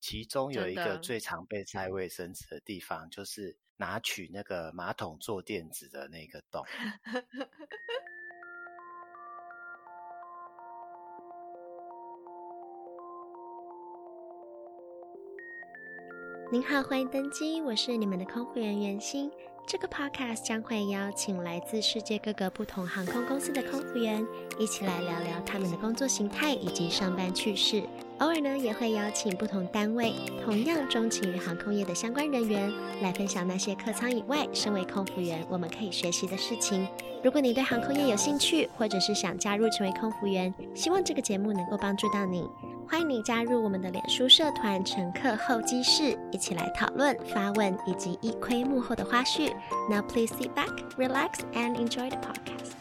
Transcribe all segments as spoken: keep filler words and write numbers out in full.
其中有一个真的最常被塞卫生纸的地方，就是拿取那个马桶坐垫子的那个洞。 您好，欢迎登机，我是你们的空服员袁心。这个 podcast 将会邀请来自世界各个不同航空公司的空服员，一起来聊聊他们的工作形态以及上班趣事。偶尔呢，也会邀请不同单位同样钟情于航空业的相关人员，来分享那些客舱以外，身为空服员我们可以学习的事情。如果你对航空业有兴趣，或者是想加入成为空服员，希望这个节目能够帮助到你。欢迎你加入我们的脸书社团乘客候机室，一起来讨论、发问以及一窥幕后的花絮。Now please sit back, relax and enjoy the podcast.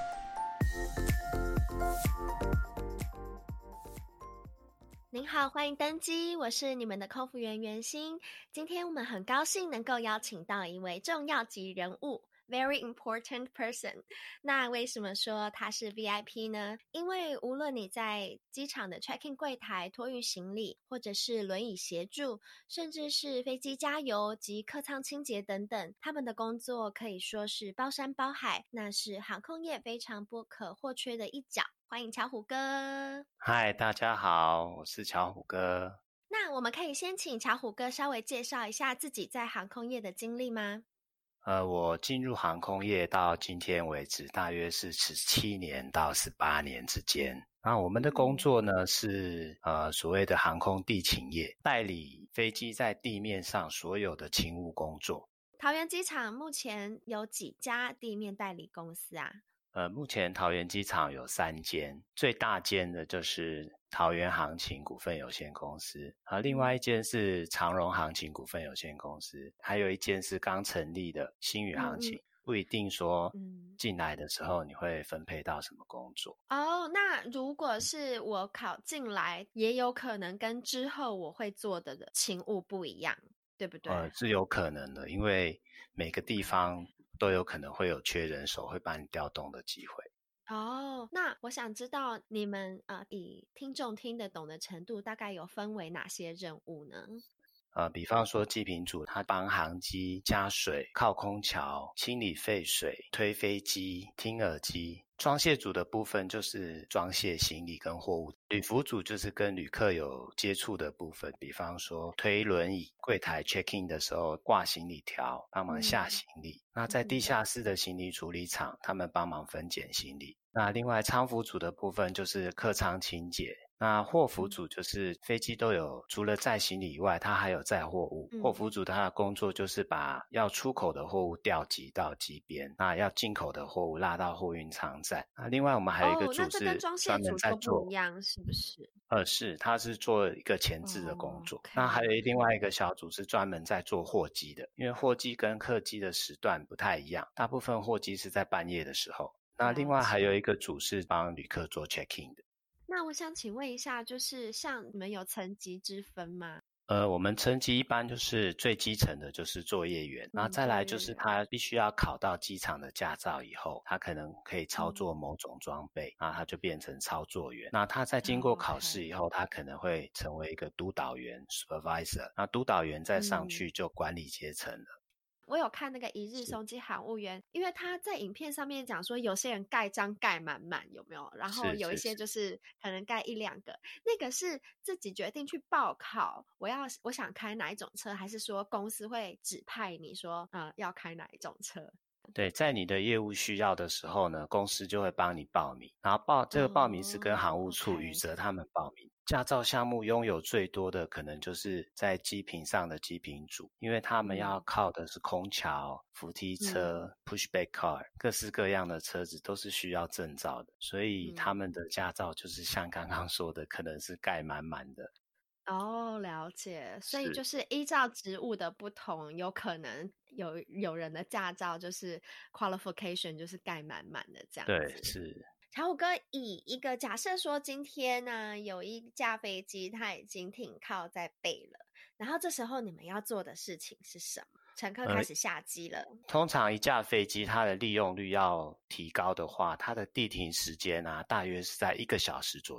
您好，欢迎登机，我是你们的空服员袁心。今天我们很高兴能够邀请到一位重要级人物。Very important person。 那为什么说他是 V I P 呢？因为无论你在机场的 check-in 柜台托运行李，或者是轮椅协助，甚至是飞机加油及客舱清洁等等，他们的工作可以说是包山包海，那是航空业非常不可或缺的一角。欢迎巧虎哥。 嗨，大家好，我是巧虎哥。 那我们可以先请巧虎哥稍微介绍一下自己在航空业的经历吗？ 呃，我进入航空业到今天为止，大约是十七年到十八年之间。那我们的工作呢是呃所谓的航空地勤业，代理飞机在地面上所有的勤务工作。 桃园机场目前有几家地面代理公司啊？ 呃，目前桃园机场有三间，最大间的就是桃园航勤股份有限公司，啊，另外一间是长荣航勤股份有限公司，还有一间是刚成立的星宇航勤。嗯嗯，不一定说进来的时候你会分配到什么工作。 哦，那如果是我考进来，也有可能跟之后我会做的勤务不一样，对不对？ 呃，是有可能的，因为每个地方都有可能会有缺人手，会把你调动的机会。 哦，那我想知道你们呃，以听众听得懂的程度，大概有分为哪些任务呢？ 呃，比方说机坪组，他帮航机加水、靠空桥、清理废水、推飞机、听耳机。装卸组的部分就是装卸行李跟货物。旅服组就是跟旅客有接触的部分，比方说推轮椅、柜台 check in 的时候挂行李条，帮忙下行李。嗯、那在地下室的行李处理厂，他们帮忙分拣行李。那另外舱服组的部分就是客舱清洁。那货服组就是飞机都有，除了载行李以外，它还有载货物。嗯、货服组它的工作就是把要出口的货物调集到机边，那要进口的货物拉到货运仓载。那另外我们还有一个组是专门在做， 哦、那这跟装卸组都不一样，是不是？ 呃，是，它是做一个前置的工作。哦 okay、那还有另外一个小组是专门在做货机的，因为货机跟客机的时段不太一样，大部分货机是在半夜的时候。那另外还有一个组是帮旅客做 check-in 的。 那我想请问一下，就是像你们有层级之分吗？ 呃，我们层级一般就是最基层的就是作业员，那、嗯、再来就是他必须要考到机场的驾照以后，他可能可以操作某种装备，那、嗯、他就变成操作员。那他在经过考试以后， okay. 他可能会成为一个督导员 supervisor， 那督导员再上去就管理阶层了。嗯， 我有看那个一日松机航务员，因为他在影片上面讲说有些人盖章盖满满，有没有？然后有一些就是可能盖一两个，那个是自己决定去报考，我要我想开哪一种车，还是说公司会指派你说呃要开哪一种车？ 对，在你的业务需要的时候呢，公司就会帮你报名，然后报这个报名是跟航务处、宇泽他们报名。驾照项目拥有最多的可能就是在机坪上的机坪组，因为他们要靠的是空桥、扶梯车、嗯、pushback car， 各式各样的车子都是需要证照的，所以他们的驾照就是像刚刚说的，可能是盖满满的。 哦，了解。所以就是依照职务的不同，有可能有有人的驾照就是 qualification 就是盖满满的这样子。 对，是。 巧虎哥，以一个假设说今天呢有一架飞机它已经停靠在贝了，然后这时候你们要做的事情是什么？乘客开始下机了、呃、 通常一架飞机它的利用率要提高的话，它的地停时间啊大约是在一个小时左右。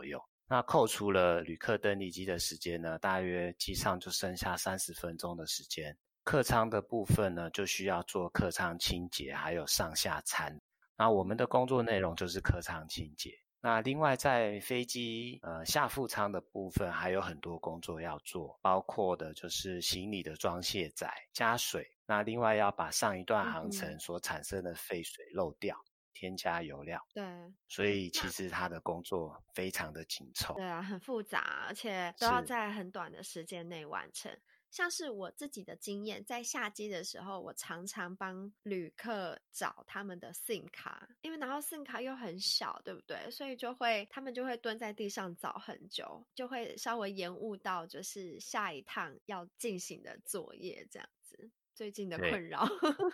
那扣除了旅客登离机的时间呢，大约机上就剩下三十分钟的时间。客舱的部分呢，就需要做客舱清洁，还有上下餐。那我们的工作内容就是客舱清洁。那另外在飞机呃下副舱的部分还有很多工作要做，包括的就是行李的装卸载、加水，那另外要把上一段航程所产生的废水漏掉，添加油料。 对， 所以其实他的工作非常的紧凑。 对啊，很复杂，而且都要在很短的时间内完成。像是我自己的经验，在下机的时候，我常常帮旅客找他们的 SIM 卡，因为然后 SIM 卡又很小，对不对？所以就会他们就会蹲在地上找很久，就会稍微延误到就是下一趟要进行的作业这样子。最近的困扰。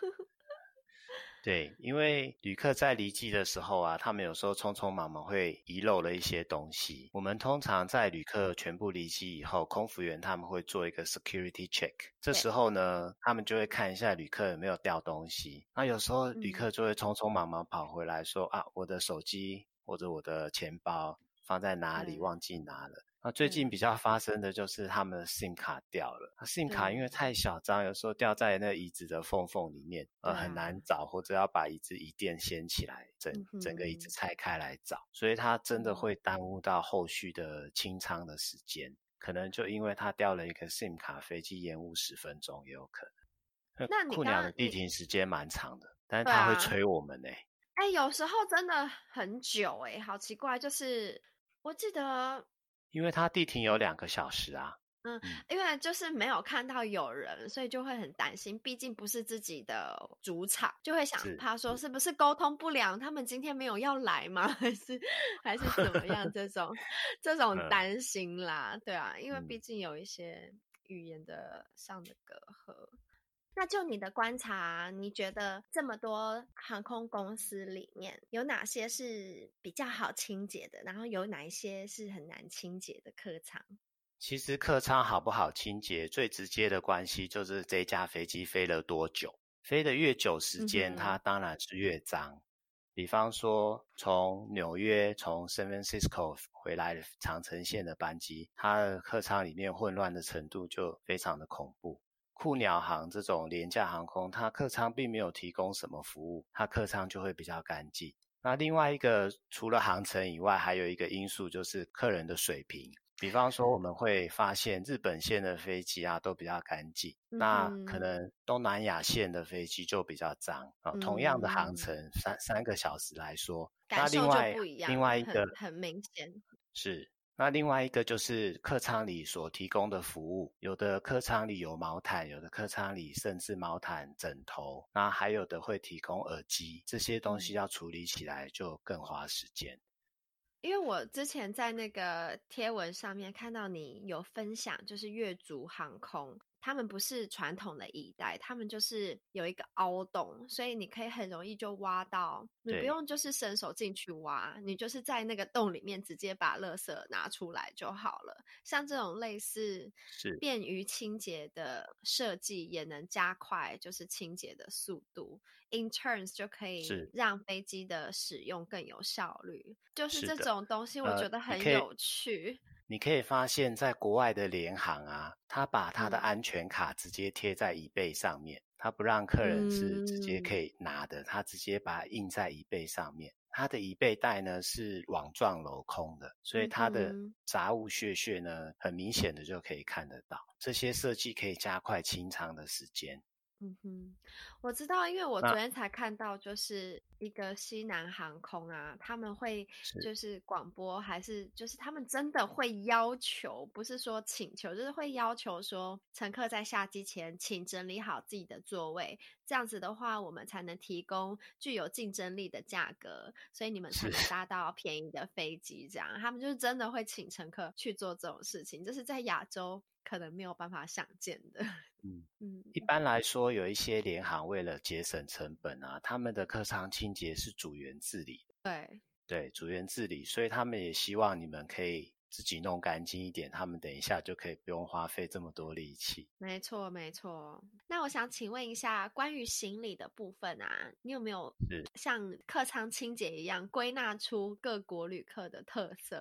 对，因为旅客在离机的时候啊，他们有时候匆匆忙忙会遗漏了一些东西。我们通常在旅客全部离机以后，空服员他们会做一个 security check， 这时候呢，他们就会看一下旅客有没有掉东西。那有时候旅客就会匆匆忙忙跑回来说、嗯、啊，我的手机或者我的钱包放在哪里，忘记拿了。那最近比较发生的就是他们的 SIM 卡掉了。SIM 卡因为太小张，有时候掉在那椅子的缝缝里面，呃，很难找，或者要把椅子椅垫掀起来，整整个椅子拆开来找，所以它真的会耽误到后续的清仓的时间，可能就因为它掉了一个 SIM 卡，飞机延误十分钟也有可能。 那你库鸟的地停时间蛮长的，但是它会催我们欸。 哎、欸，有时候真的很久哎、欸，好奇怪，就是我记得。 因为它地停有两个小时啊， 嗯，因为就是没有看到有人，所以就会很担心，毕竟不是自己的主场，就会想怕说是不是沟通不良，他们今天没有要来吗？还是还是怎么样？这种这种担心啦，对啊，因为毕竟有一些语言的上的隔阂。那就你的观察，你觉得这么多航空公司里面有哪些是比较好清洁的，然后有哪一些是很难清洁的客舱？ 其实客舱好不好清洁，最直接的关系就是这架飞机飞了多久，飞得越久时间、嗯、它当然是越脏。比方说从纽约从 San Francisco 回来的长程线的班机，它的客舱里面混乱的程度就非常的恐怖。库鸟航这种廉价航空，它客舱并没有提供什么服务，它客舱就会比较干净。那另外一个除了航程以外，还有一个因素就是客人的水平。比方说我们会发现日本线的飞机啊都比较干净、嗯、那可能东南亚线的飞机就比较脏、哦嗯、同样的航程三三个小时来说， 感受就不一样， 另外一个很, 很明显是那另外一个就是客舱里所提供的服务，有的客舱里有毛毯，有的客舱里甚至毛毯、枕头，那还有的会提供耳机，这些东西要处理起来就更花时间。 因为我之前在那个贴文上面看到你有分享，就是越族航空，他们不是传统的椅带，他们就是有一个凹洞，所以你可以很容易就挖到，你不用就是伸手进去挖，你就是在那个洞里面直接把垃圾拿出来就好了。像这种类似便于清洁的设计，也能加快就是清洁的速度， in turns 就可以让飞机的使用更有效率。就是这种东西我觉得很有趣、呃、 你可以发现在国外的联航啊，他把他的安全卡直接贴在椅背上面、嗯、他不让客人是直接可以拿的、嗯、他直接把它印在椅背上面。它的椅背带呢是网状镂空的，所以它的杂物屑屑呢很明显的就可以看得到，这些设计可以加快清仓的时间。 嗯哼，我知道，因为我昨天才看到，就是一个西南航空啊，他们会就是广播，还是就是他们真的会要求，不是说请求，就是会要求说乘客在下机前请整理好自己的座位，这样子的话我们才能提供具有竞争力的价格，所以你们才能搭到便宜的飞机，这样他们就是真的会请乘客去做这种事情，这是在亚洲可能没有办法想见的。 嗯嗯，一般来说有一些联航为了节省成本啊，他们的客舱清洁是组员自理。 对对，组员自理，所以他们也希望你们可以自己弄干净一点，他们等一下就可以不用花费这么多力气。 没错没错。那我想请问一下，关于行李的部分啊，你有没有像客舱清洁一样归纳出各国旅客的特色？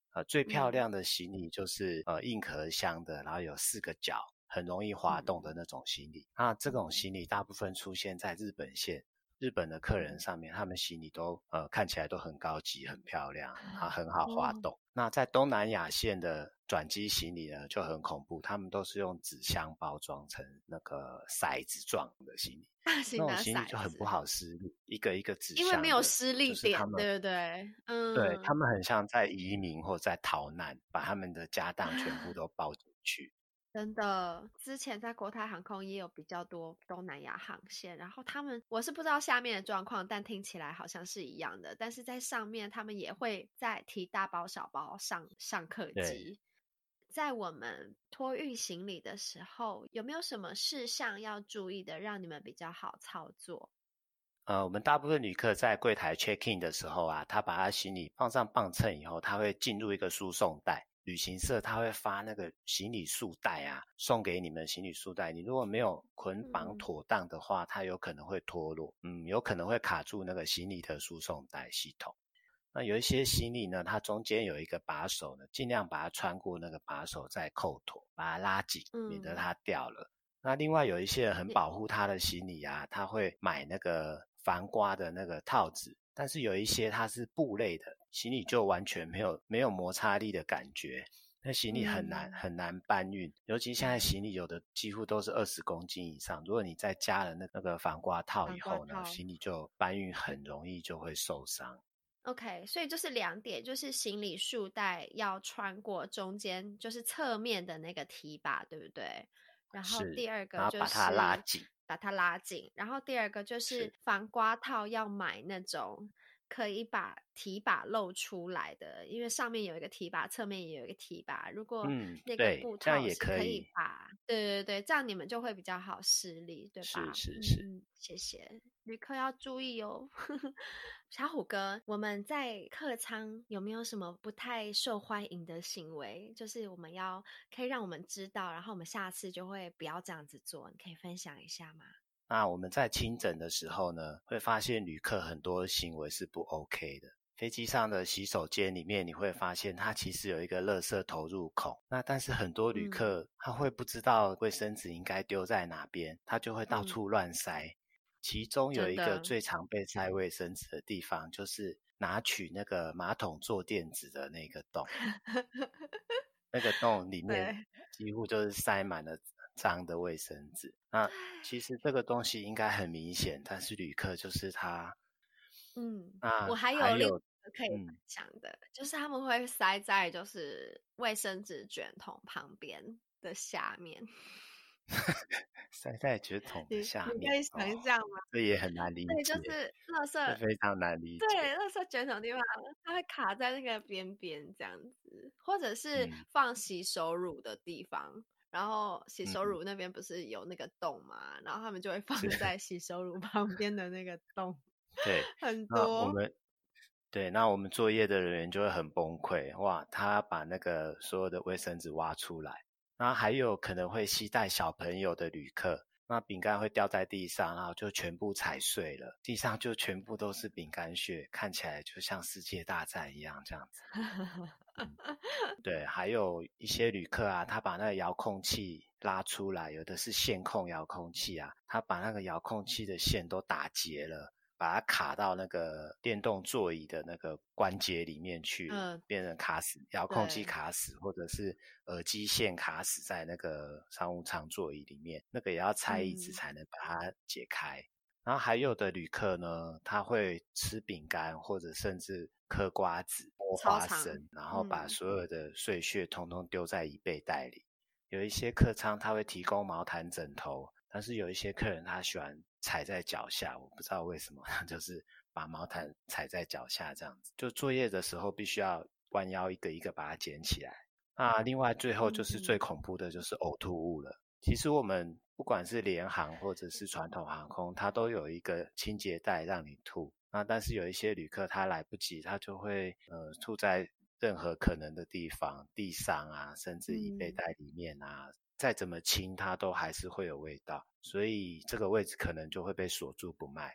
呃，最漂嗯亮的行李就是呃硬壳箱的，然后有四个角，很容易滑动的那种行李。那这种行李大部分出现在日本线，日本的客人上面，他们行李都呃看起来都很高级、很漂亮，啊，很好滑动。那在东南亚线的转机行李呢就很恐怖，他们都是用纸箱包装成那个骰子状的行李， 大型的那种行李就骰子， 很不好施力，一个一个纸因为没有箱的， 施力点， 就是他们对不对？ 对，他嗯， 们很像在移民或在逃难，把他们的家当全部都包进去。 真的，之前在国泰航空也有比较多东南亚航线，然后他们我是不知道下面的状况，但听起来好像是一样的。但是在上面，他们也会在提大包小包上上客对， 机。在我们托运行李的时候，有没有什么事项要注意的，让你们比较好操作？ 呃，我们大部分旅客在柜台 check in 的时候啊，他把他行李放上磅秤以后，他会进入一个输送带。旅行社他会发那个行李束带啊，送给你们行李束带。你如果没有捆绑妥当的话，它有可能会脱落，嗯，有可能会卡住那个行李的输送带系统。那有一些行李呢，它中间有一个把手呢，尽量把它穿过那个把手再扣妥，把它拉紧，免得嗯， 它掉了。那另外有一些人很保护他的行李啊，他会买那个防刮的那个套子，但是有一些它是布类的，行李就完全没有没有摩擦力的感觉，那行李很难、 嗯很难搬运，尤其现在行李有的几乎都是二十公斤以上，如果你再加了那那个防刮套以后呢， 防刮套。 行李就搬运很容易就会受伤。 OK，所以就是两点，就是行李束带要穿过中间，就是侧面的那个提把，对不对？然后是， 第二个就然后把它拉是紧。 把它拉紧，然后第二个就是是， 防刮套要买那种可以把提把露出来的，因为上面有一个提把，侧面也有一个提把。如果嗯， 那个对， 布这样也套是可以可以。 把，对对对，这样你们就会比较好施力，对是吧？ 是是。 嗯，谢谢。旅客要注意哦。小虎哥，我们在客舱有没有什么不太受欢迎的行为？就是我们要可以让我们知道，然后我们下次就会不要这样子做。你可以分享一下吗？ 那我们在清诊的时候呢，会发现旅客很多行为是不 OK 的。飞机上的洗手间里面，你会发现它其实有一个垃圾投入孔。那但是很多旅嗯客他会不知道卫生纸应该丢在哪边，他就会到嗯， 处乱塞。其中有一个真的。 最常被塞卫生纸的地方，就是拿取那个马桶坐垫子的那个洞。那个洞里面对几乎就是塞满了脏的卫生纸。那其实这个东西应该很明显，但是旅客就是他。 嗯，我那还有另一还有， 个可以分嗯， 享的，就是他们会塞在就是卫生纸卷筒旁边的下面。 塞在卷筒的你下面你可以想哦， 象吗？ 这也很难理对，就解， 是垃这圾， 非常难理对， 解。 垃圾卷筒地方，它会卡在那个边边这样子，或者是嗯放洗手乳的地方，然后洗手嗯， 乳那边不是有那个洞嘛，然后他们就会放是， 在洗手乳旁边的那个洞， 对。 很那我多。 们对，那我们作业的人员就会很崩溃，哇，他把那个所有的卫生纸挖出来。那还有可能会携带小朋友的旅客，那饼干会掉在地上，然后就全部踩碎了，地上就全部都是饼干屑，看起来就像世界大战一样这样子。嗯，对，还有一些旅客啊，他把那个遥控器拉出来，有的是线控遥控器啊，他把那个遥控器的线都打结了，把它卡到那个电动座椅的那个关节里面去了， 嗯， 变成卡死，遥控器对， 卡死，或者是耳机线卡死在那个商务舱座椅里面，那个也要拆一次嗯才能把它解开。然后还有的旅客呢，他会吃饼干或者甚至嗑瓜子、剥超长， 花生，然后把嗯所有的碎屑通通丢在椅背袋里。有一些客舱他会提供毛毯枕头，但是有一些客人他喜欢踩在脚下，我不知道为什么，就是把毛毯踩在脚下这样子。就作业的时候必须要弯腰一个一个把它捡起来。那另外最后就是最嗯恐怖的就是呕吐物了。其实我们不管是联航或者是传统航空，它都有一个清洁袋让你吐。那但是有一些旅客他来不及，他就会呃吐在任何可能的地方，地上啊，甚至椅背嗯。 袋里面啊，再怎么清它都还是会有味道，所以这个位置可能就会被锁住不卖。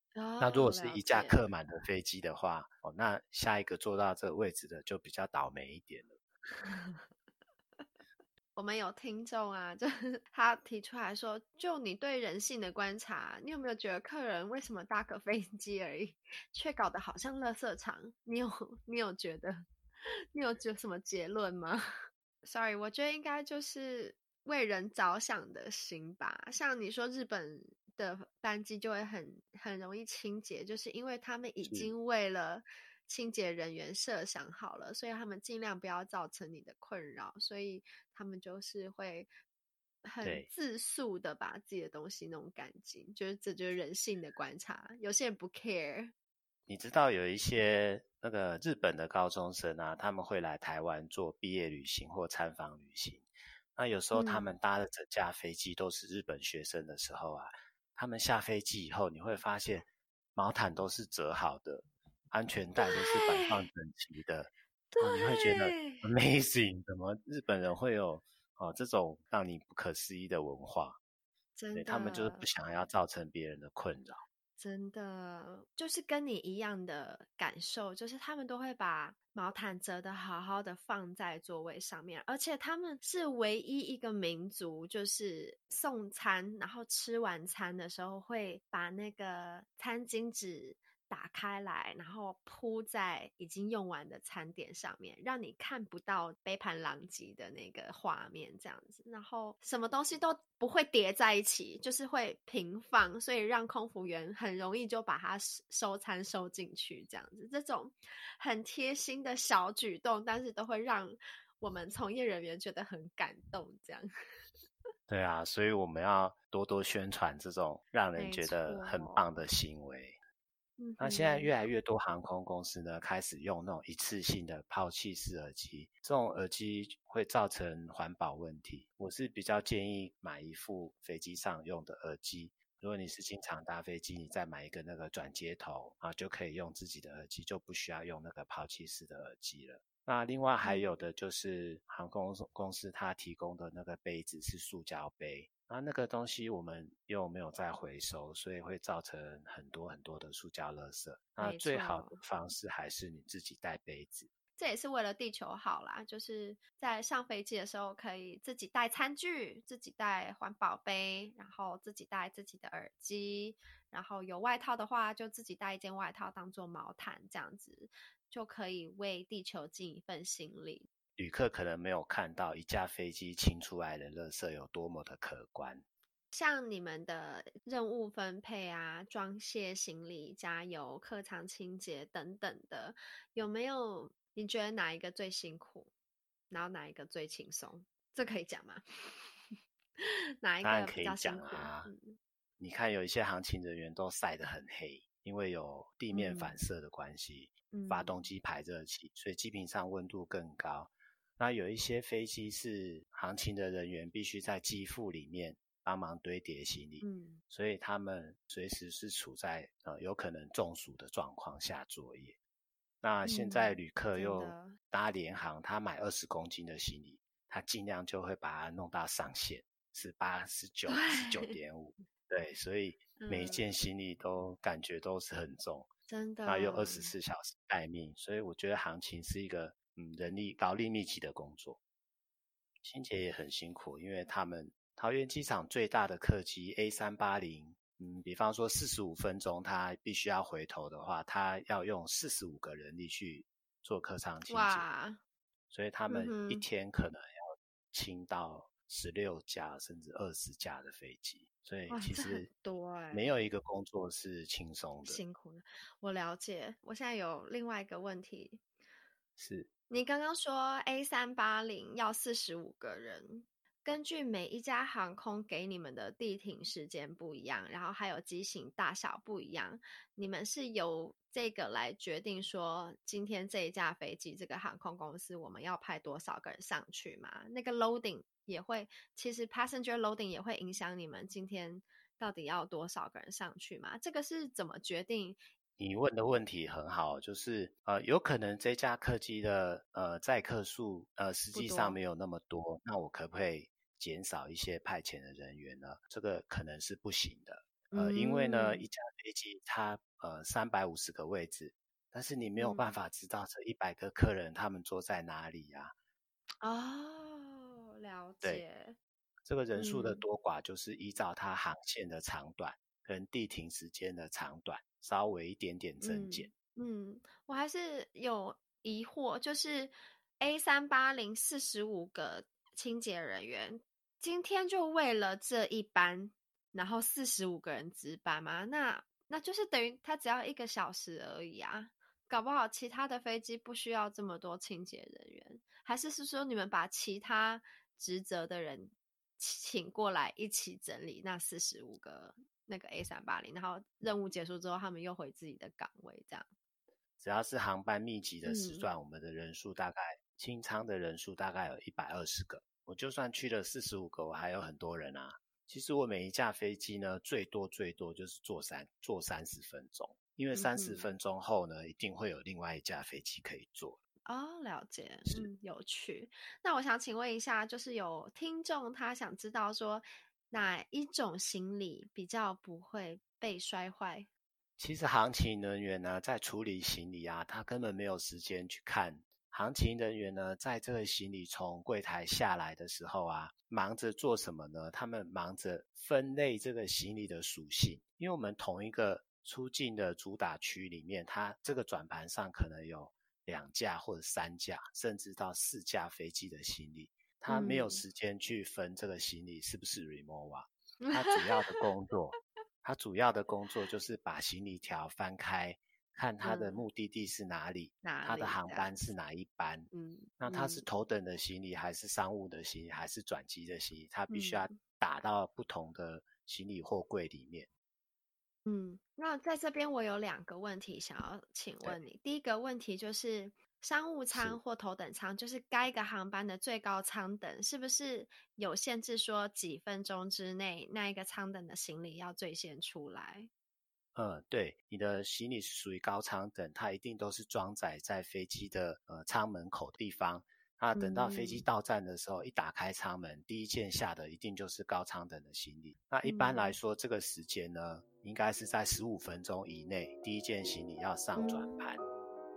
那如果哦， 是一架了解。 客满的飞机的话，哦，那下一个坐到这个位置的就比较倒霉一点了。 我们有听众啊，就是他提出来说，就你对人性的观察，你有没有觉得客人为什么搭个飞机而已，却搞得好像垃圾场？你有你有觉得，你有觉什么结论吗？Sorry，我觉得应该就是为人着想的心吧。像你说日本的班机就会很很容易清洁，就是因为他们已是， 经为了清洁人员设想好了，所以他们尽量不要造成你的困扰，所以他们就是会很对。 自诉的把自己的东西弄干净，就是这就是人性的观察。有些人不 care。 你知道有一些那个日本的高中生啊，他们会来台湾做毕业旅行或参访旅行。那有时候他们嗯， 搭的整架飞机都是日本学生的时候啊，他们下飞机以后，你会发现毛毯都是折好的，安全带都是摆放对整齐的。哦，你会觉得对， amazing，怎么日本人会有哦这种让你不可思议的文化？对， 真他们就是不的。 想要造成别人的困扰。 真的就是跟你一样的感受，就是他们都会把毛毯折得好好的放在座位上面，而且他们是唯一一个民族，就是送餐，然后吃完餐的时候会把那个餐巾纸打开来，然后铺在已经用完的餐点上面，让你看不到杯盘狼藉的那个画面，这样子。然后什么东西都不会叠在一起，就是会平放，所以让空服员很容易就把它收餐收进去，这样子。这种很贴心的小举动，但是都会让我们从业人员觉得很感动，这样。 对啊，所以我们要多多宣传这种让人没觉得很棒错。 的行为。 嗯那现在哼。 越来越多航空公司呢，开始用那种一次性的抛弃式耳机，这种耳机会造成环保问题。我是比较建议买一副飞机上用的耳机。如果你是经常搭飞机，你再买一个那个转接头啊，就可以用自己的耳机，就不需要用那个抛弃式的耳机了。那另外还有的就是航空公司它提供的那个杯子是塑胶杯，那那个东西我们又没有再回收，所以会造成很多很多的塑胶垃圾。那没最好错。 的方式还是你自己带杯子。 这也是为了地球好啦，就是在上飞机的时候可以自己带餐具，自己带环保杯，然后自己带自己的耳机，然后有外套的话就自己带一件外套当做毛毯，这样子就可以为地球尽一份心力。 旅客可能没有看到一架飞机清出来的垃圾有多么的可观。 像你们的任务分配啊，装卸行李、加油、客舱清洁等等的，有没有你觉得哪一个最辛苦，然后哪一个最轻松？这可以讲吗？哪一当然个比可以讲较辛苦？ 啊， 嗯你看有一些航勤人员都晒得很黑，因为有地面反嗯射的关系，发动嗯机排热气，所以机坪上温度更高。那有一些飞机是航勤的人员必须在机腹里面帮忙堆叠行李， 嗯所以他们随时是处在呃有可能中暑的状况下作业。那现在嗯， 旅客又真的。 搭联航，他买二十公斤的行李，他尽量就会把它弄到上限，十八、十九、十九对。 点五。对，所以每一件嗯， 行李都感觉都是很重， 真那又二的。 十四小时待命，所以我觉得航勤是一个嗯人力劳力密集的工作。清洁也很辛苦，因为他们桃园机场最大的客机 A 三八零，嗯，比方说四十五分钟，它必须要回头的话，它要用四十五个人力去做客舱清洁， 哇。 所以他们一嗯哼。 天可能要清到十六架甚至二十架的飞机，所以哇，这很其实多哎、 没有一个工作是轻松的。 辛苦了。我了解。我现在有另外一个问题， 是， 你刚刚说 A 三八零要四十五个人，根据每一家航空给你们的地停时间不一样，然后还有机型大小不一样，你们是由这个来决定说今天这一架飞机这个航空公司我们要派多少个人上去吗？那个 loading 也会，其实 passenger loading 也会影响你们今天到底要多少个人上去吗？这个是怎么决定？ 你问的问题很好，就是呃，有可能这架客机的呃载客数呃实不多。 际上没有那么多，那我可不可以减少一些派遣的人员呢？这个可能是不行的。 呃，因为呢， 嗯一架飞机它呃三百五十个位置，但是你没有办嗯， 法知道这一百个客人他们坐在哪里啊。 哦，了对， 解， 这个人数的嗯多寡就是依照它航线的长短跟地停时间的长短稍微一点点增减。 嗯嗯，我还是有疑惑，就是 A 三八零四十五个清洁人员，今天就为了这一班，然后四十五个人值班吗？那那就是等于他只要一个小时而已啊，搞不好其他的飞机不需要这么多清洁人员，还是是说你们把其他职责的人请过来一起整理那四十五个那个 A 三八零，然后任务结束之后，他们又回自己的岗位，这样。 只要是航班密集的时嗯段，我们的人数大概清仓的人数大概有一百二十个。我就算去了四十五个，我还有很多人啊。其实我每一架飞机呢，最多最多就是坐三坐三十分钟，因为三十嗯哼， 分钟后呢，一定会有另外一架飞机可以坐。 哦，了解， 是。 嗯，有趣。那我想请问一下，就是有听众他想知道说，哪一种行李比较不会被摔坏？ 其实航勤人员呢，在处理行李啊，他根本没有时间去看。航勤人员呢，在这个行李从柜台下来的时候啊，忙着做什么呢？他们忙着分类这个行李的属性，因为我们同一个出境的主打区里面，它这个转盘上可能有两架或者三架，甚至到四架飞机的行李，他没有嗯， 时间去分这个行李是不是 remova。他主要的工作他主要的工作就是把行李条翻开，看他的嗯， 目的地是哪里， 哪他的里这样航班是子？ 哪一班， 嗯那他是嗯头等的行李还是商务的行李还是转机的行李，他必须要嗯。 打到不同的行李货柜里面。 嗯，那在这边我有两个问题想要请对， 问你。第一个问题就是商务舱是。 或头等舱，就是该个航班的最高舱等，是不是有限制说几分钟之内那一个舱等的行李要最先出来？ 嗯，对，你的行李是属于高舱等，它一定都是装载在飞机的呃舱门口的地方。那等到飞机嗯到站的时候，一打开舱门，第一件下的一定就是高舱等的行李。那一般来嗯说，这个时间呢，应该是在十五分钟以内，第一件行李要上转盘。 嗯。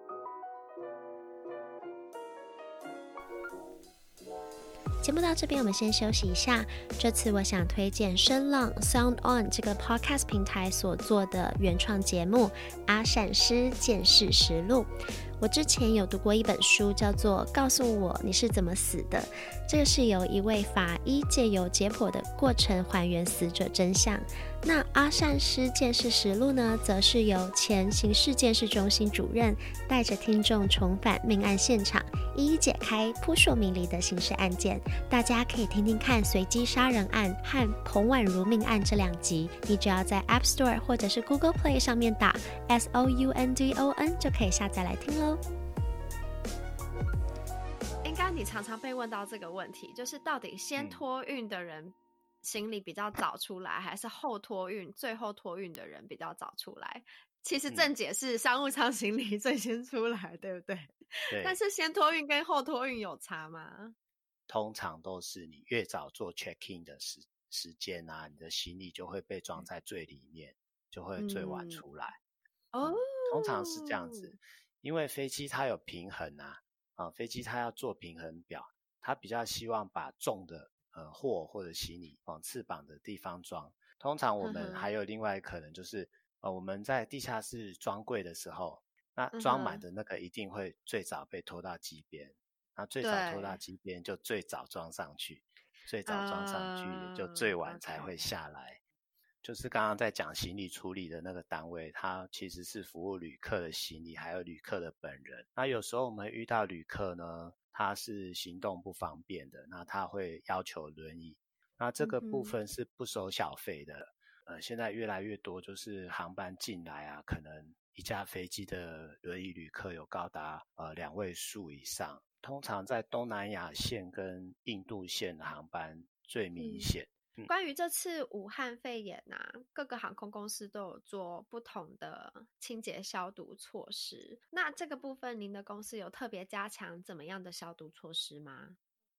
节目到这边，我们先休息一下。这次我想推荐声浪 Sound On 这个 Podcast 平台所做的原创节目《阿善师见识实录》。我之前有读过一本书，叫做《告诉我你是怎么死的》。这个是由一位法医借由解剖的过程还原死者真相。那《阿善师见识实录》呢，则是由前刑事鉴识中心主任带着听众重返命案现场，一一解开扑朔迷离的刑事案件。大家可以听听看随机杀人案和彭婉如命案这两集，你只要在 App Store 或者是 Google Play 上面打 S O U N D O N 就可以下载来听喽。应该你常常被问到这个问题，就是到底先托运的人行李比较早出来，还是后托运最后托运的人比较早出来？其实正解是商务舱行李最先出来，对不对？ 对， 但是先托运跟后托运有差吗？ 通常都是你越早做 check in 的时时间啊，你的行李就会被装在最里面，就会最晚嗯， 出来。 哦， 嗯，通常是这样子，因为飞机它有平衡啊，啊，飞机它要做平衡表，它比较希望把重的呃货或者行李往翅膀的地方装。通常我呵呵， 们还有另外可能就是呃我们在地下室装柜的时候，那嗯哼， 装满的那个一定会最早被拖到机边，那最早拖到对， 机边就最早装上去，最早装上去也就啊最晚才会 ，OK， 下来。就是刚刚在讲行李处理的那个单位，它其实是服务旅客的行李，还有旅客的本人。那有时候我们遇到旅客呢，他是行动不方便的，那他会要求轮椅，那这个部嗯哼， 分是不收小费的。呃，现在越来越多就是航班进来啊，可能一架飞机的轮椅旅客有高达呃两位数以上，通常在东南亚线跟印度线的航班最明嗯。 显。嗯， 关于这次武汉肺炎啊，各个航空公司都有做不同的清洁消毒措施。那这个部分，您的公司有特别加强怎么样的消毒措施吗？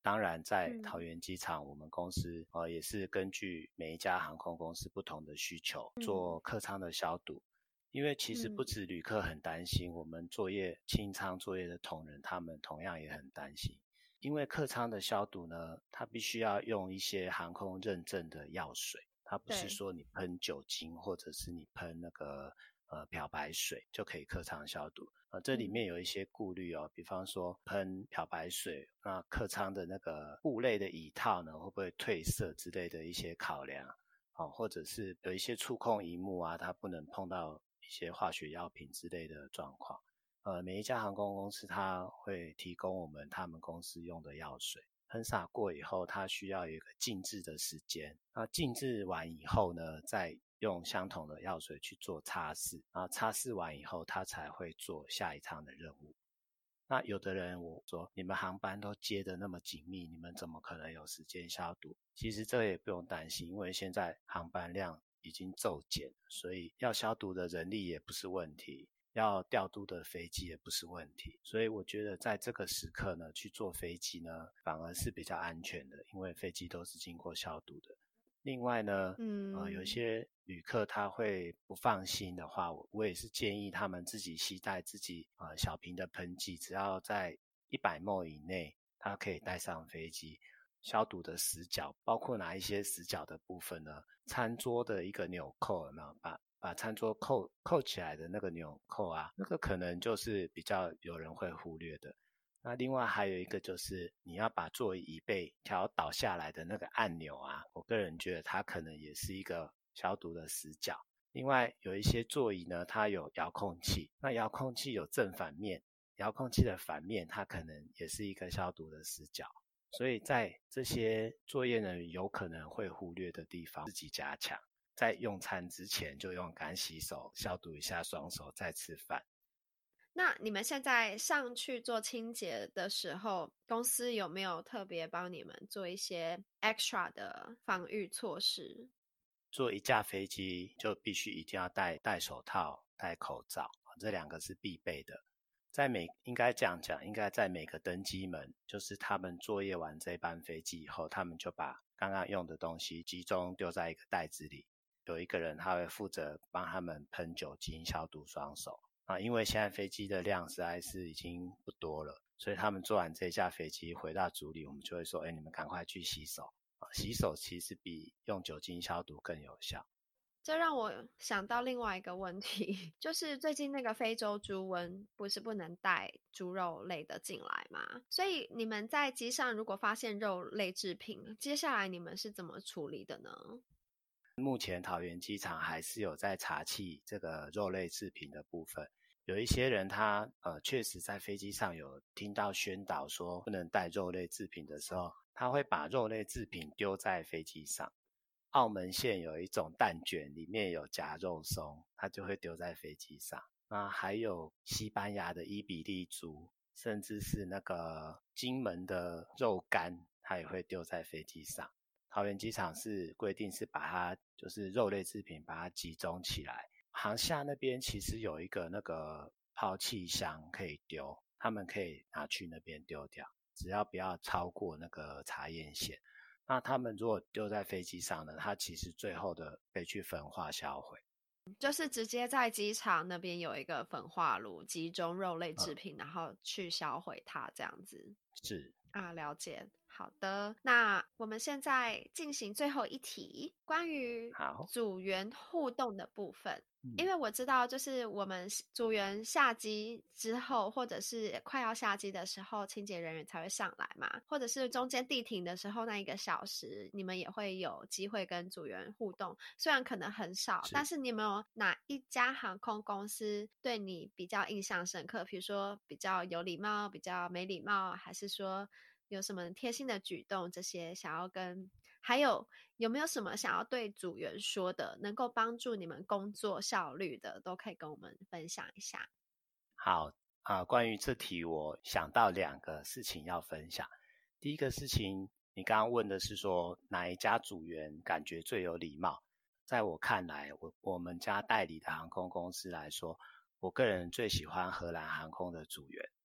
当然在嗯桃园机场，我们公司呃也是根据每一家航空公司不同的需求做客舱的消毒。因为其实不嗯止旅客很担心，我们作业清仓作业的同仁他们同样也很担心。因为客舱的消毒呢，它必须要用一些航空认证的药水，它不是对说你喷酒精或者是你喷那个呃漂白水就可以客舱消毒。呃，这里面有一些顾虑哦，比方说喷漂白水，那客舱的那个布类的椅套呢会不会褪色之类的一些考量。哦，或者是有一些触控萤幕啊，它不能碰到一些化学药品之类的状况。呃，每一家航空公司它会提供我们他们公司用的药水，喷洒过以后，它需要有一个静置的时间。那静置完以后呢，再用相同的药水去做擦拭，然后擦拭完以后，它才会做下一趟的任务。那有的人我说你们航班都接得那么紧密，你们怎么可能有时间消毒？其实这也不用担心，因为现在航班量已经骤减，所以要消毒的人力也不是问题，要调度的飞机也不是问题。所以我觉得在这个时刻呢，去坐飞机呢反而是比较安全的，因为飞机都是经过消毒的。另外呢， 嗯呃，有些旅客他会不放心的话，我我也是建议他们自己携带自己呃小瓶的喷剂，只要在一百 ml 以内，他可以带上飞机。消毒的死角包括哪一些死角的部分呢？餐桌的一个纽扣有没有把把餐桌扣扣起来的那个纽扣啊，那个可能就是比较有人会忽略的。那另外还有一个就是你要把座椅背调倒下来的那个按钮啊，我个人觉得它可能也是一个消毒的死角。另外有一些座椅呢，它有遥控器，那遥控器有正反面，遥控器的反面它可能也是一个消毒的死角。所以在这些作业人员有可能会忽略的地方，自己加强。在用餐之前就用干洗手消毒一下双手再吃饭。 那你们现在上去做清洁的时候，公司有没有特别帮你们做一些 extra 的防御措施？ 坐一架飞机就必须一定要戴戴手套、戴口罩，这两个是必备的。在每应该这样讲，应该在每个登机门，就是他们作业完这班飞机以后，他们就把刚刚用的东西集中丢在一个袋子里，有一个人他会负责帮他们喷酒精消毒双手啊，因为现在飞机的量实在是已经不多了，所以他们坐完这架飞机回到组里，我们就会说，哎，你们赶快去洗手啊，洗手其实比用酒精消毒更有效。 这让我想到另外一个问题，就是最近那个非洲猪瘟不是不能带猪肉类的进来吗？所以你们在机上如果发现肉类制品，接下来你们是怎么处理的呢？ 目前桃园机场还是有在查缉这个肉类制品的部分，有一些人他呃确实在飞机上有听到宣导说不能带肉类制品的时候，他会把肉类制品丢在飞机上。澳门线有一种蛋卷，里面有夹肉松，它就会丢在飞机上。那还有西班牙的伊比利猪，甚至是那个金门的肉干，它也会丢在飞机上。桃园机场是规定是把它就是肉类制品把它集中起来，航厦那边其实有一个那个抛弃箱可以丢，他们可以拿去那边丢掉，只要不要超过那个查验线。那他们如果丢在飞机上呢，它其实最后的被去焚化销毁， 就是直接在机场那边有一个焚化炉，集中肉类制品， 嗯、 然后去销毁它这样子。 是啊，了解。好的，那我们现在进行最后一题，关于好， 组员互动的部分。 嗯、 因为我知道，就是我们组员下机之后，或者是快要下机的时候，清洁人员才会上来嘛，或者是中间地停的时候那一个小时，你们也会有机会跟组员互动。虽然可能很少， 是但是你有没有哪一家航空公司对你比较印象深刻？比如说比较有礼貌，比较没礼貌，还是说有什么贴心的举动，这些想要跟，还有有没有什么想要对组员说的，能够帮助你们工作效率的，都可以跟我们分享一下。 好啊、呃，关于这题我想到两个事情要分享。第一个事情，你刚刚问的是说哪一家组员感觉最有礼貌？在我看来，我我们家代理的航空公司来说，我个人最喜欢荷兰航空的组员。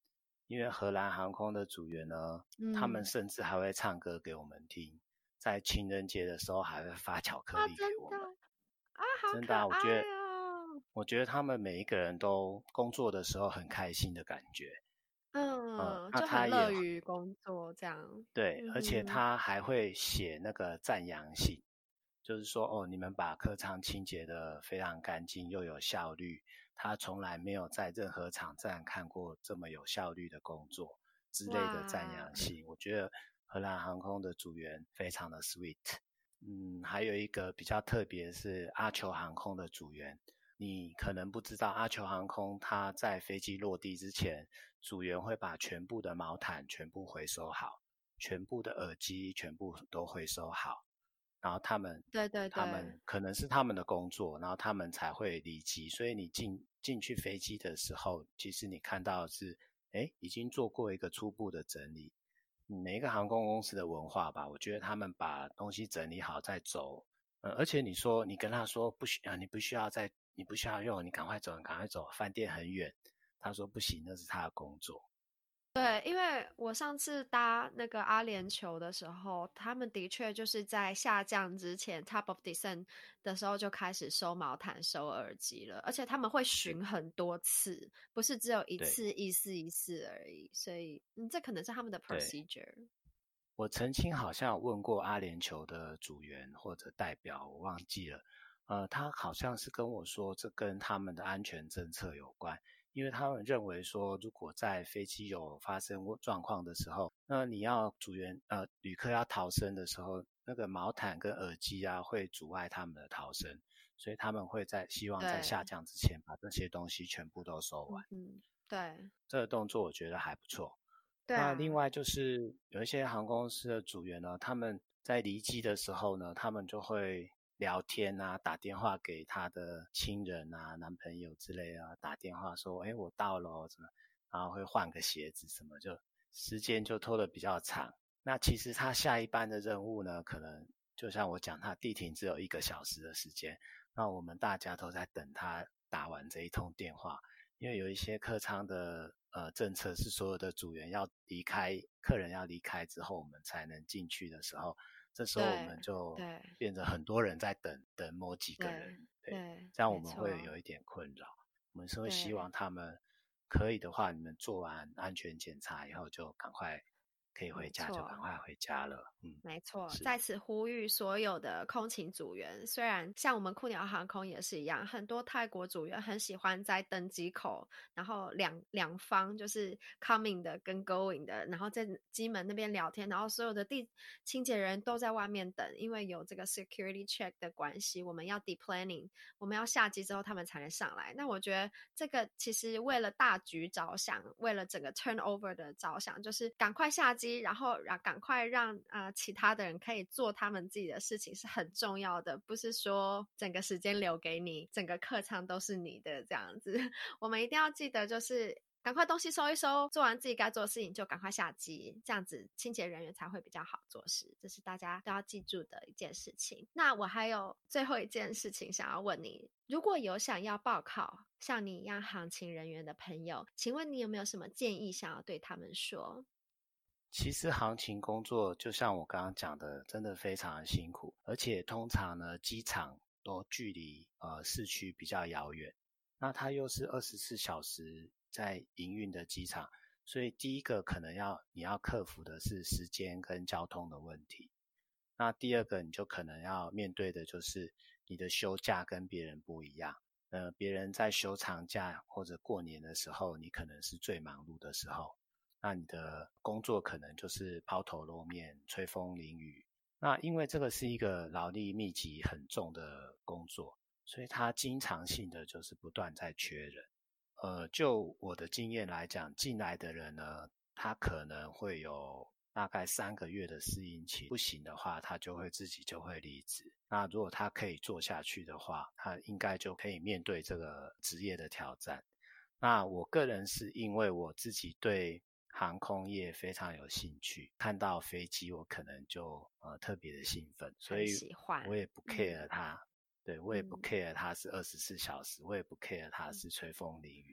因为荷兰航空的组员呢、嗯、他们甚至还会唱歌给我们听，在情人节的时候还会发巧克力给我们。 啊，好可爱哦！ 真的啊，我觉得我觉得他们每一个人都工作的时候很开心的感觉。 嗯， 呃、 就很乐于工作这样。 对、 嗯， 而且他还会写那个赞扬信，就是说哦，你们把客舱清洁得非常干净又有效率，他从来没有在任何场站看过这么有效率的工作之类的赞扬信。我觉得荷兰航空的组员非常的 sweet。嗯，还有一个比较特别是阿酋航空的组员，你可能不知道，阿酋航空它在飞机落地之前，组员会把全部的毛毯全部回收好，全部的耳机全部都回收好，然后他们对对对， 他们可能是他们的工作，然后他们才会离机，所以你进进去飞机的时候，其实你看到的是，诶，已经做过一个初步的整理。每一个航空公司的文化吧，我觉得他们把东西整理好再走。呃，而且你说你跟他说不需啊，你不需要再，你不需要用，你赶快走，你赶快走，饭店很远。他说不行，那是他的工作。 对，因为我上次搭那个阿联酋的时候，他们的确就是在下降之前 top of descent 的时候就开始收毛毯、收耳机了，而且他们会巡很多次，不是只有一次一次一次而已，所以嗯，这可能是他们的 procedure。 我曾经好像问过阿联酋的组员或者代表，我忘记了，呃，他好像是跟我说，这跟他们的安全政策有关。因为他们认为说，如果在飞机有发生状况的时候，那你要组员呃旅客要逃生的时候，那个毛毯跟耳机啊会阻碍他们的逃生，所以他们会在希望在下降之前把这些东西全部都收完。 嗯，对， 这个动作我觉得还不错。 对啊， 那另外就是有一些航空公司的组员呢，他们在离机的时候呢，他们就会聊天啊，打电话给他的亲人啊、男朋友之类啊，打电话说，哎，我到了什么，然后会换个鞋子什么，就时间就拖得比较长。那其实他下一班的任务呢，可能就像我讲，他地停只有一个小时的时间，那我们大家都在等他打完这一通电话，因为有一些客舱的呃政策是所有的组员要离开，客人要离开之后，我们才能进去的时候。这时候我们就变成很多人在等等某几个人，对，对，这样我们会有一点困扰。我们是会希望他们可以的话，你们做完安全检查以后就赶快可以回家，就赶快回家了。嗯， 没错，在此呼吁所有的空勤组员，虽然像我们酷鸟航空也是一样，很多泰国组员很喜欢在登机口，然后两两方就是 coming 的跟 going 的，然后在机门那边聊天，然后所有的地清洁人都在外面等，因为有这个 security check 的关系，我们要 deplaning， 我们要下机之后他们才能上来。那我觉得这个其实为了大局着想，为了整个 turnover 的着想，就是赶快下机，然后赶快让呃其他的人可以做他们自己的事情是很重要的，不是说整个时间留给你，整个客舱都是你的这样子。我们一定要记得就是赶快东西收一收，做完自己该做的事情就赶快下机，这样子清洁人员才会比较好做事，这是大家都要记住的一件事情。那我还有最后一件事情想要问你，如果有想要报考像你一样航勤人员的朋友，请问你有没有什么建议想要对他们说？ 其实航勤工作就像我刚刚讲的，真的非常的辛苦，而且通常呢，机场都距离呃市区比较遥远，那它又是二十四小时在营运的机场，所以第一个可能要你要克服的是时间跟交通的问题。那第二个你就可能要面对的就是你的休假跟别人不一样，呃，别人在休长假或者过年的时候，你可能是最忙碌的时候。那你的工作可能就是抛头露面、吹风淋雨。那因为这个是一个劳力密集很重的工作，所以它经常性的就是不断在缺人。呃，就我的经验来讲，进来的人呢，他可能会有大概三个月的适应期，不行的话，他就会自己就会离职。那如果他可以做下去的话，他应该就可以面对这个职业的挑战。那我个人是因为我自己对航空业非常有兴趣，看到飞机我可能就呃特别的兴奋，所以我也不 care 它、嗯、对，我也不 care 它是二十四小时、嗯、我也不 care 它是吹风淋雨、嗯、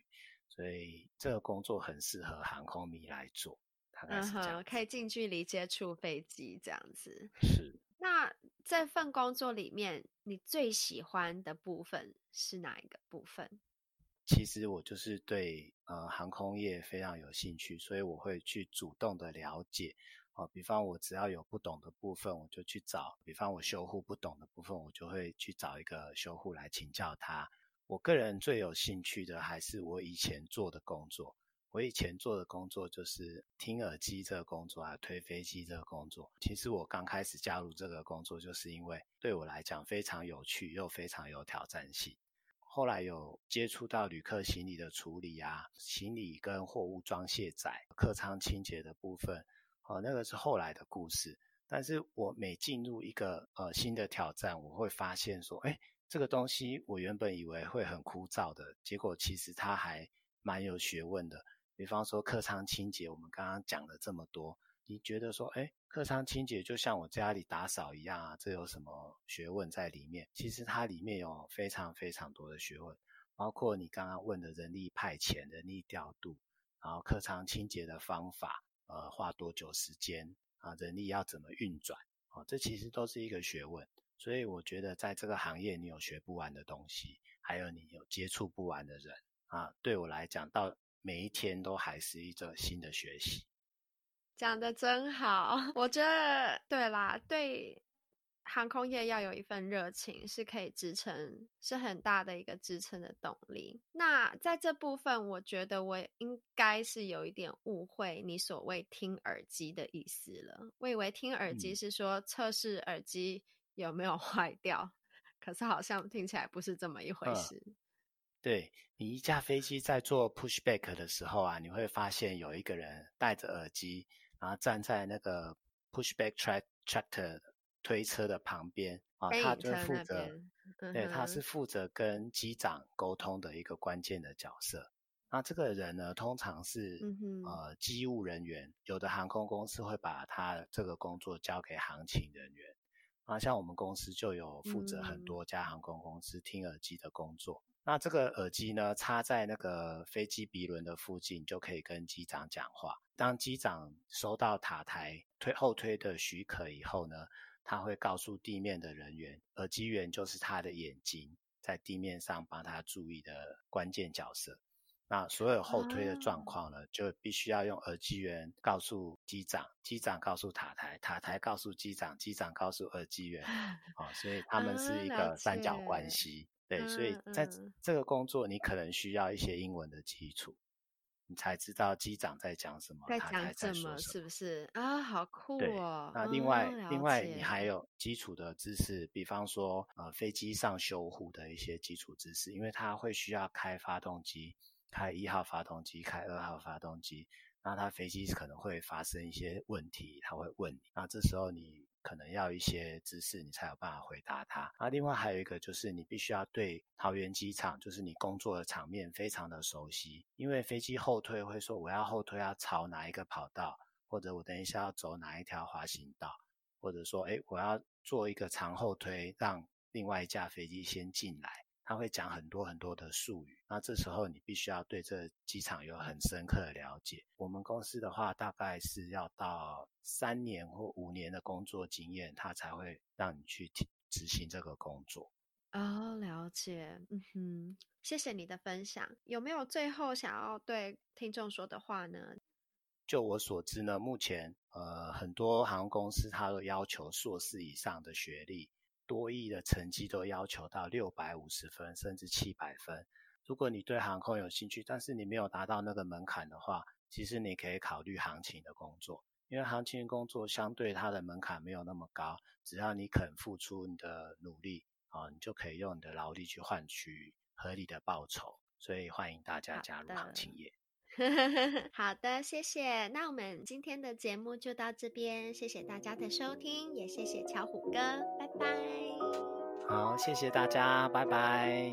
所以这个工作很适合航空迷来做，大概是这样子。 嗯哼，可以近距离接触飞机这样子。 是。 那这份工作里面，你最喜欢的部分是哪一个部分？ 其实我就是对呃航空业非常有兴趣，所以我会去主动的了解。哦，比方我只要有不懂的部分，我就去找；比方我修护不懂的部分，我就会去找一个修护来请教他。我个人最有兴趣的还是我以前做的工作。我以前做的工作就是听耳机这个工作啊，推飞机这个工作。其实我刚开始加入这个工作，就是因为对我来讲非常有趣，又非常有挑战性。后来有接触到旅客行李的处理啊，行李跟货物装卸载、客舱清洁的部分，哦，那个是后来的故事。但是我每进入一个呃新的挑战，我会发现说，哎，这个东西我原本以为会很枯燥的，结果其实它还蛮有学问的。比方说客舱清洁，我们刚刚讲了这么多，你觉得说，哎，客舱清洁就像我家里打扫一样啊，这有什么学问在里面？其实它里面有非常非常多的学问，包括你刚刚问的人力派遣、人力调度，然后客舱清洁的方法，呃，花多久时间啊，人力要怎么运转，哦，这其实都是一个学问。所以我觉得在这个行业，你有学不完的东西，还有你有接触不完的人啊，对我来讲，到每一天都还是一个新的学习。 讲得真好，我觉得对啦，对航空业要有一份热情是可以支撑，是很大的一个支撑的动力。那在这部分，我觉得我应该是有一点误会你所谓听耳机的意思了。我以为听耳机是说测试耳机有没有坏掉，可是好像听起来不是这么一回事。 嗯，对，你一架飞机在做 pushback 的时候啊，你会发现有一个人戴着耳机，然后站在那个 pushback track tractor 推车的旁边啊，他就负责， 嗯、 对，他是负责跟机长沟通的一个关键的角色。那这个人呢，通常是、嗯、呃机务人员，有的航空公司会把他这个工作交给航勤人员。啊，像我们公司就有负责很多家航空公司听耳机的工作。嗯，那这个耳机呢，插在那个飞机鼻轮的附近，就可以跟机长讲话。当机长收到塔台推后推的许可以后呢，他会告诉地面的人员，耳机员就是他的眼睛，在地面上帮他注意的关键角色。那所有后推的状况呢，就必须要用耳机员告诉机长，机长告诉塔台，塔台告诉机长，机长告诉耳机员，哦，所以他们是一个三角关系。对，所以在这个工作你可能需要一些英文的基础，你才知道机长在讲什么， 在塔台在说什么， 是不是啊？好酷哦！ 那另外、嗯、另外你还有基础的知识，比方说呃飞机上修护的一些基础知识，因为它会需要开发动机。开一号发动机，开二号发动机，那它飞机可能会发生一些问题，他会问你，那这时候你可能要一些知识，你才有办法回答他。那另外还有一个就是你必须要对桃园机场，就是你工作的场面非常的熟悉，因为飞机后退会说我要后退要朝哪一个跑道，或者我等一下要走哪一条滑行道，或者说诶我要做一个长后推，让另外一架飞机先进来。他会讲很多很多的术语，那这时候你必须要对这机场有很深刻的了解。我们公司的话，大概是要到三年或五年的工作经验，他才会让你去执行这个工作。 哦，了解，嗯哼，谢谢你的分享。有没有最后想要对听众说的话呢？ 就我所知呢，目前呃很多航空公司它都要求硕士以上的学历。多益的成绩都要求到六百五十分甚至七百分。如果你对航空有兴趣，但是你没有达到那个门槛的话，其实你可以考虑航勤的工作，因为航勤工作相对它的门槛没有那么高，只要你肯付出你的努力，哦，你就可以用你的劳力去换取合理的报酬。所以欢迎大家加入航勤业。 好的，谢谢。那我们今天的节目就到这边，谢谢大家的收听，也谢谢巧虎哥，拜拜。 好，谢谢大家，拜拜。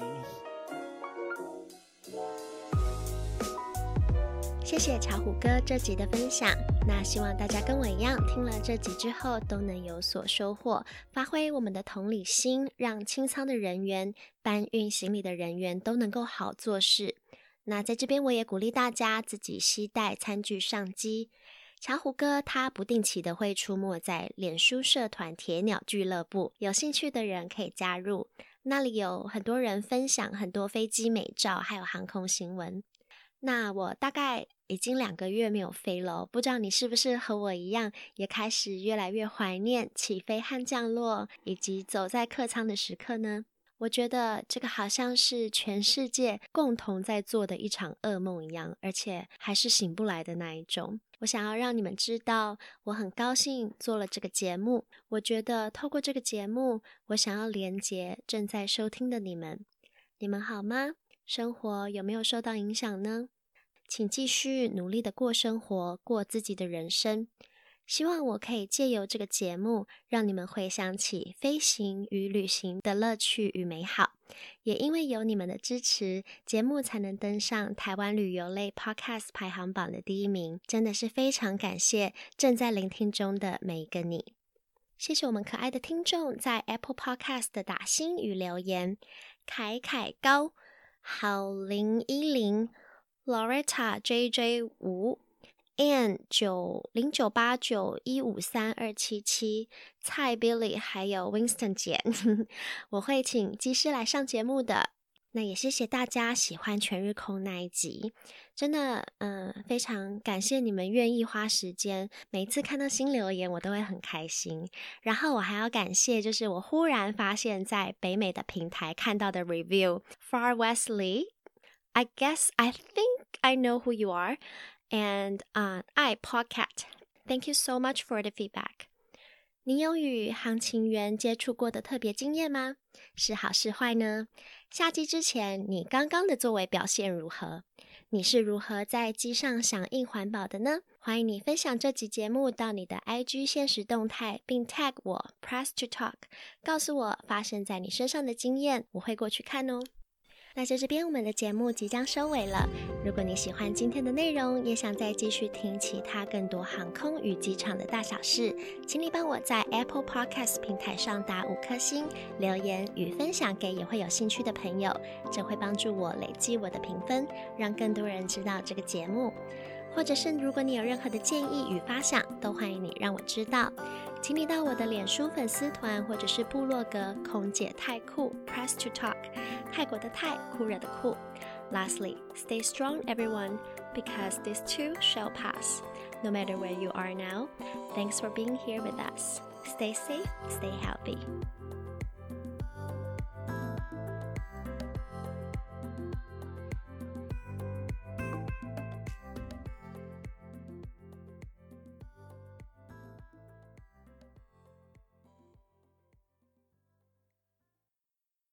谢谢巧虎哥这集的分享。那希望大家跟我一样，听了这集之后都能有所收获，发挥我们的同理心，让清仓的人员、搬运行李的人员都能够好做事。 那在这边我也鼓励大家自己携带餐具上机。巧虎哥他不定期的会出没在脸书社团铁鸟俱乐部，有兴趣的人可以加入，那里有很多人分享很多飞机美照还有航空新闻。那我大概已经两个月没有飞了，不知道你是不是和我一样也开始越来越怀念起飞和降落以及走在客舱的时刻呢？我觉得这个好像是全世界共同在做的一场噩梦一样，而且还是醒不来的那一种。我想要让你们知道，我很高兴做了这个节目。我觉得透过这个节目，我想要连结正在收听的你们。你们好吗？生活有没有受到影响呢？请继续努力的过生活，过自己的人生。希望我可以借由这个节目，让你们回想起飞行与旅行的乐趣与美好。也因为有你们的支持，节目才能登上台湾旅游类 Podcast 排行榜的第一名。真的是非常感谢正在聆听中的每一个你。谢谢我们可爱的听众在 Apple Podcast 的打星与留言。凯凯高、郝零一零、Loretta J J 五、Ann 九零九八九一五三二七七、蔡 Billy 还有 Winston 姐，我会请技师来上节目的。那也谢谢大家喜欢全日空那一集，真的嗯，非常感谢你们愿意花时间，每次看到新留言我都会很开心。然后我还要感谢就是我忽然发现在北美的平台看到的 review Far Wesley, I guess I think I know who you are, and uh, I Podcat, thank you so much for the feedback. 你有与航勤员接触过的特别经验吗？是好是坏呢？下机之前，你刚刚的座位表现如何？你是如何在机上响应环保的呢？欢迎你分享这集节目到你的 I G 限时动态，并 tag 我 Press to Talk， 告诉我发生在你身上的经验，我会过去看哦。那在这边我们的节目即将收尾了，如果你喜欢今天的内容，也想再继续听其他更多航空与机场的大小事，请你帮我在 Apple Podcast 平台上打五颗星，留言与分享给也会有兴趣的朋友，这会帮助我累积我的评分，让更多人知道这个节目。或者是如果你有任何的建议与发想，都欢迎你让我知道，请你到我的脸书粉丝团或者是部落格空姐太酷 Press to Talk， 泰国的泰，酷热的酷。Lastly, stay strong everyone, because this too shall pass. No matter where you are now, thanks for being here with us. Stay safe, stay healthy.